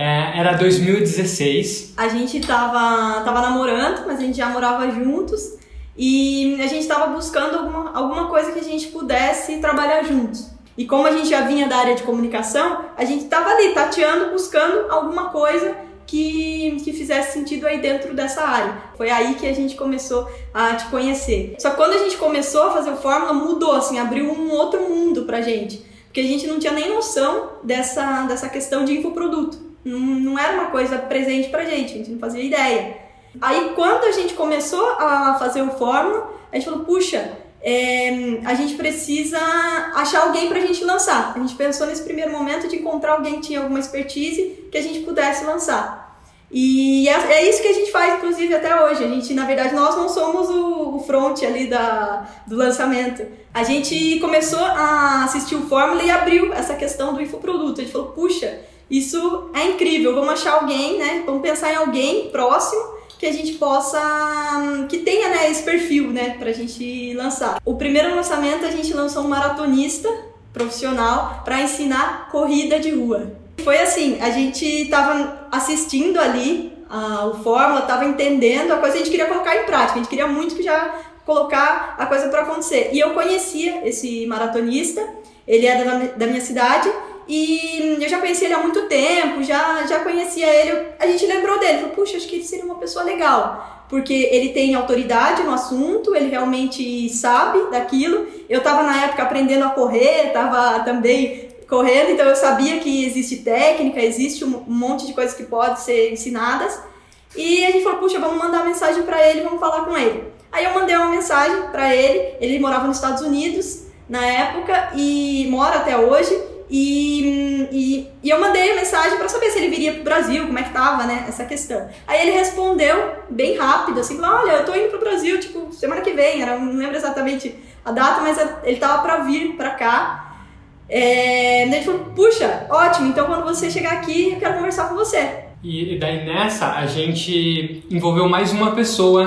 Era 2016. A gente tava namorando, mas a gente já morava juntos. E a gente tava buscando alguma coisa que a gente pudesse trabalhar juntos. E como a gente já vinha da área de comunicação, a gente tava ali tateando, buscando alguma coisa que fizesse sentido aí dentro dessa área. Foi aí que a gente começou a te conhecer. Só que quando a gente começou a fazer o Fórmula, mudou, assim, abriu um outro mundo pra gente. Porque a gente não tinha nem noção dessa questão de infoproduto. Não era uma coisa presente pra gente, a gente não fazia ideia. Aí quando a gente começou a fazer o Fórmula, a gente falou, puxa, a gente precisa achar alguém pra gente lançar. A gente pensou nesse primeiro momento de encontrar alguém que tinha alguma expertise que a gente pudesse lançar. E é isso que a gente faz, inclusive, até hoje. A gente, na verdade, nós não somos o front ali do lançamento. A gente começou a assistir o Fórmula e abriu essa questão do infoproduto. A gente falou, puxa, isso é incrível, vamos achar alguém, né? Vamos pensar em alguém próximo que a gente possa, que tenha, né, esse perfil, né, pra gente lançar. O primeiro lançamento a gente lançou um maratonista profissional para ensinar corrida de rua. Foi assim, a gente tava assistindo ali o Fórmula, tava entendendo a coisa, a gente queria colocar em prática, a gente queria muito que já colocar a coisa para acontecer. E eu conhecia esse maratonista, ele era da minha cidade, e eu já conhecia ele há muito tempo, já conhecia ele, a gente lembrou dele, falou, puxa, acho que ele seria uma pessoa legal, porque ele tem autoridade no assunto, ele realmente sabe daquilo. Eu estava na época aprendendo a correr, estava também correndo, então eu sabia que existe técnica, existe um monte de coisas que podem ser ensinadas, e a gente falou, puxa, vamos mandar mensagem para ele, vamos falar com ele. Aí eu mandei uma mensagem para ele morava nos Estados Unidos na época, e mora até hoje, e eu mandei a mensagem para saber se ele viria pro Brasil, como é que tava, né, essa questão. Aí ele respondeu bem rápido, assim, falou, olha, eu tô indo pro Brasil, tipo, semana que vem, não lembro exatamente a data, mas ele tava para vir para cá. Ele falou, puxa, ótimo, então quando você chegar aqui, eu quero conversar com você. E daí nessa, a gente envolveu mais uma pessoa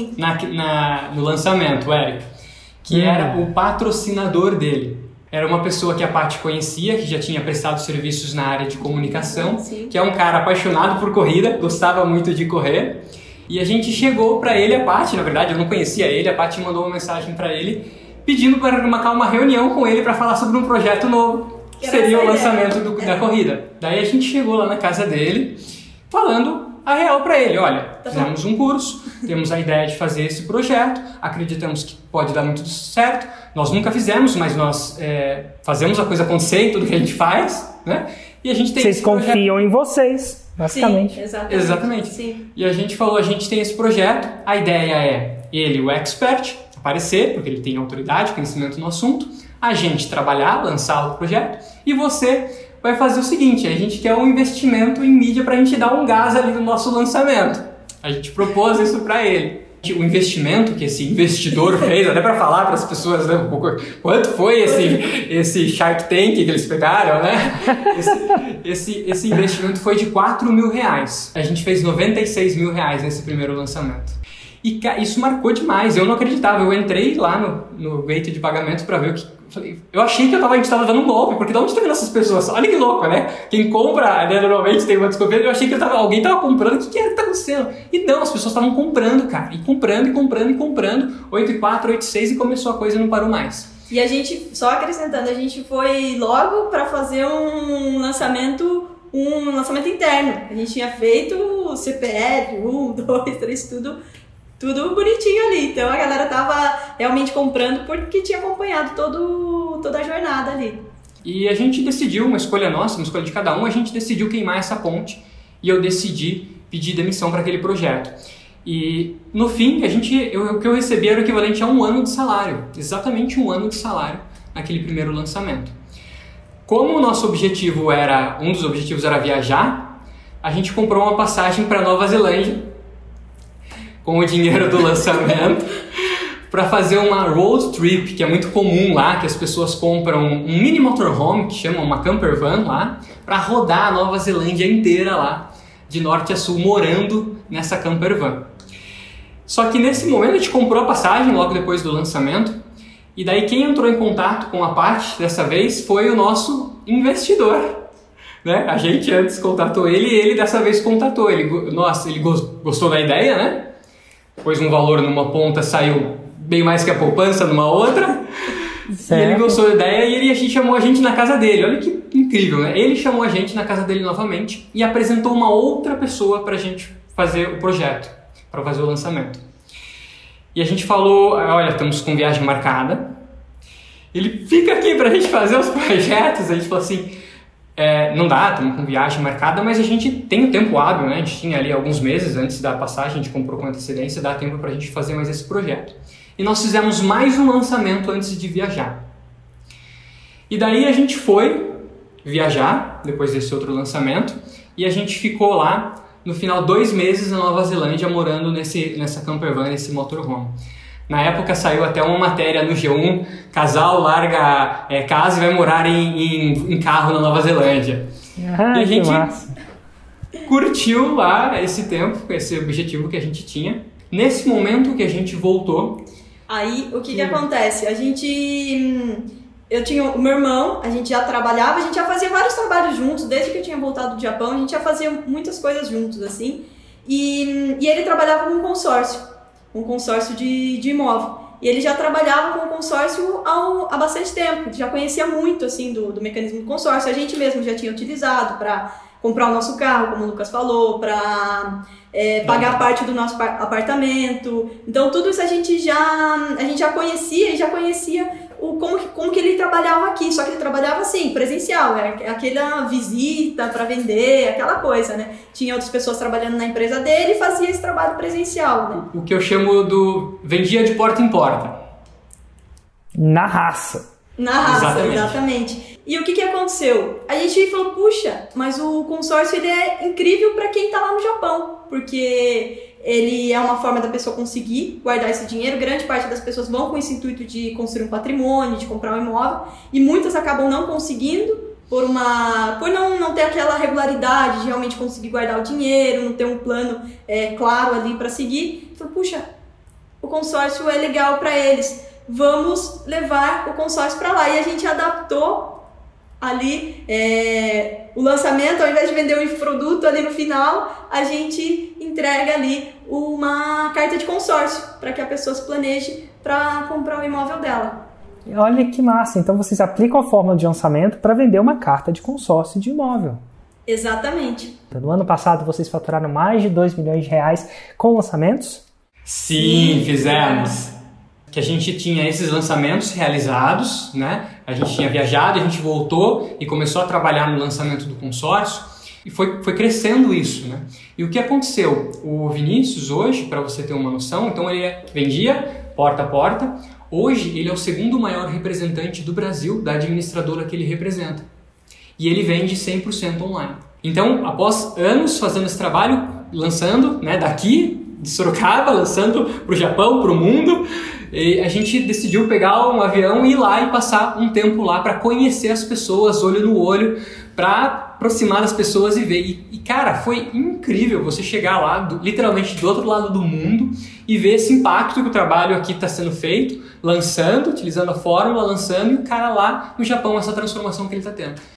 no lançamento, o Eric, que era o patrocinador dele. Era uma pessoa que a Paty conhecia, que já tinha prestado serviços na área de comunicação, que é um cara apaixonado por corrida, gostava muito de correr. E a gente chegou para ele, a Paty, na verdade eu não conhecia ele, a Paty mandou uma mensagem para ele pedindo para marcar uma reunião com ele para falar sobre um projeto novo, que seria o lançamento da corrida. Daí a gente chegou lá na casa dele, falando a real para ele, olha, fizemos um curso, temos a ideia de fazer esse projeto, acreditamos que pode dar muito certo, nós nunca fizemos, mas nós fazemos a coisa acontecer em tudo que a gente faz, né? E a gente tem Vocês confiam em vocês, basicamente. Sim, exatamente. Sim. E a gente falou, a gente tem esse projeto, a ideia é ele, o expert, aparecer, porque ele tem autoridade, conhecimento no assunto, a gente trabalhar, lançar o projeto, e você vai fazer o seguinte, a gente quer um investimento em mídia para a gente dar um gás ali no nosso lançamento. A gente propôs isso para ele. O investimento que esse investidor fez, até para falar para as pessoas, né, quanto foi esse Shark Tank que eles pegaram, né? Esse investimento foi de R$4.000. A gente fez R$96 mil nesse primeiro lançamento. E isso marcou demais, eu não acreditava, eu entrei lá no gateway de pagamento para ver o que... Eu achei que a gente estava dando um golpe, porque de onde tá vendo essas pessoas? Olha que louco, né? Quem compra, né, normalmente tem uma desconfiança, eu achei que alguém estava comprando, o que era que tá acontecendo? E não, as pessoas estavam comprando, cara, e comprando, 8,4, 8,6 e começou a coisa e não parou mais. E a gente, só acrescentando, a gente foi logo para fazer um lançamento interno. A gente tinha feito o CPF, 1, 2, 3, tudo bonitinho ali, então a galera tava realmente comprando porque tinha acompanhado toda a jornada ali. E a gente decidiu, uma escolha nossa, uma escolha de cada um, a gente decidiu queimar essa ponte e eu decidi pedir demissão para aquele projeto. E no fim, o que eu recebi era o equivalente a 1 ano de salário, exatamente 1 ano de salário naquele primeiro lançamento. Como o nosso objetivo um dos objetivos era viajar, a gente comprou uma passagem para Nova Zelândia com o dinheiro do lançamento para fazer uma road trip, que é muito comum lá, que as pessoas compram um mini motorhome, que chama uma camper van lá, para rodar a Nova Zelândia inteira lá, de norte a sul, morando nessa camper van. Só que nesse momento a gente comprou a passagem logo depois do lançamento, e daí quem entrou em contato com a Paty dessa vez foi o nosso investidor. né? A gente antes contatou ele e ele dessa vez contatou. Ele gostou da ideia, né? Pôs um valor numa ponta, saiu bem mais que a poupança numa outra. Certo. E ele gostou da ideia e ele chamou a gente na casa dele. Olha que incrível, né? Ele chamou a gente na casa dele novamente e apresentou uma outra pessoa pra gente fazer o projeto, para fazer o lançamento. E a gente falou, olha, estamos com viagem marcada. Ele fica aqui pra gente fazer os projetos. A gente falou assim, não dá, estamos com viagem marcada, mas a gente tem o tempo hábil, né? A gente tinha ali alguns meses antes da passagem, a gente comprou com antecedência, dá tempo pra gente fazer mais esse projeto. E nós fizemos mais um lançamento antes de viajar. E daí a gente foi viajar, depois desse outro lançamento, e a gente ficou lá, no final, 2 meses na Nova Zelândia, morando nessa campervan, nesse motorhome. Na época saiu até uma matéria no G1, casal larga casa e vai morar em carro na Nova Zelândia. E a gente curtiu lá esse tempo, esse objetivo que a gente tinha. Nesse momento que a gente voltou... Aí, o que acontece? Eu tinha o meu irmão, a gente já trabalhava, a gente já fazia vários trabalhos juntos, desde que eu tinha voltado do Japão, a gente já fazia muitas coisas juntos, assim. E ele trabalhava com um consórcio de imóvel. E ele já trabalhava com o consórcio há bastante tempo, já conhecia muito, assim, do mecanismo do consórcio. A gente mesmo já tinha utilizado para comprar o nosso carro, como o Lucas falou, para pagar parte do nosso apartamento. Então, tudo isso a gente já conhecia e já conhecia como que ele trabalhava aqui. Só que ele trabalhava assim, presencial, aquela visita para vender, aquela coisa, né? Tinha outras pessoas trabalhando na empresa dele e fazia esse trabalho presencial, né? O que eu chamo vendia de porta em porta. Na raça. Na raça, exatamente. E o que aconteceu? A gente falou, puxa, mas o consórcio ele é incrível para quem tá lá no Japão, porque ele é uma forma da pessoa conseguir guardar esse dinheiro. Grande parte das pessoas vão com esse intuito de construir um patrimônio, de comprar um imóvel, e muitas acabam não conseguindo por não ter aquela regularidade de realmente conseguir guardar o dinheiro, não ter um plano claro ali para seguir. Falei, puxa, o consórcio é legal para eles. Vamos levar o consórcio para lá. E a gente adaptou ali o lançamento, ao invés de vender o infoproduto ali no final, a gente entrega ali uma carta de consórcio para que a pessoa se planeje para comprar o imóvel dela. Olha que massa! Então vocês aplicam a fórmula de lançamento para vender uma carta de consórcio de imóvel. Exatamente. No ano passado vocês faturaram mais de 2 milhões de reais com lançamentos? Sim, fizemos. Que a gente tinha esses lançamentos realizados, né? A gente tinha viajado, a gente voltou e começou a trabalhar no lançamento do consórcio e foi crescendo isso, né? E o que aconteceu? O Vinícius hoje, para você ter uma noção, então ele vendia porta a porta. Hoje ele é o segundo maior representante do Brasil da administradora que ele representa. E ele vende 100% online. Então, após anos fazendo esse trabalho, lançando, né, daqui de Sorocaba, lançando para o Japão, para o mundo, e a gente decidiu pegar um avião e ir lá e passar um tempo lá para conhecer as pessoas, olho no olho, para aproximar das pessoas e ver. E cara, foi incrível você chegar lá, literalmente do outro lado do mundo, e ver esse impacto que o trabalho aqui está sendo feito, lançando, utilizando a fórmula, lançando, e o cara lá no Japão, essa transformação que ele está tendo.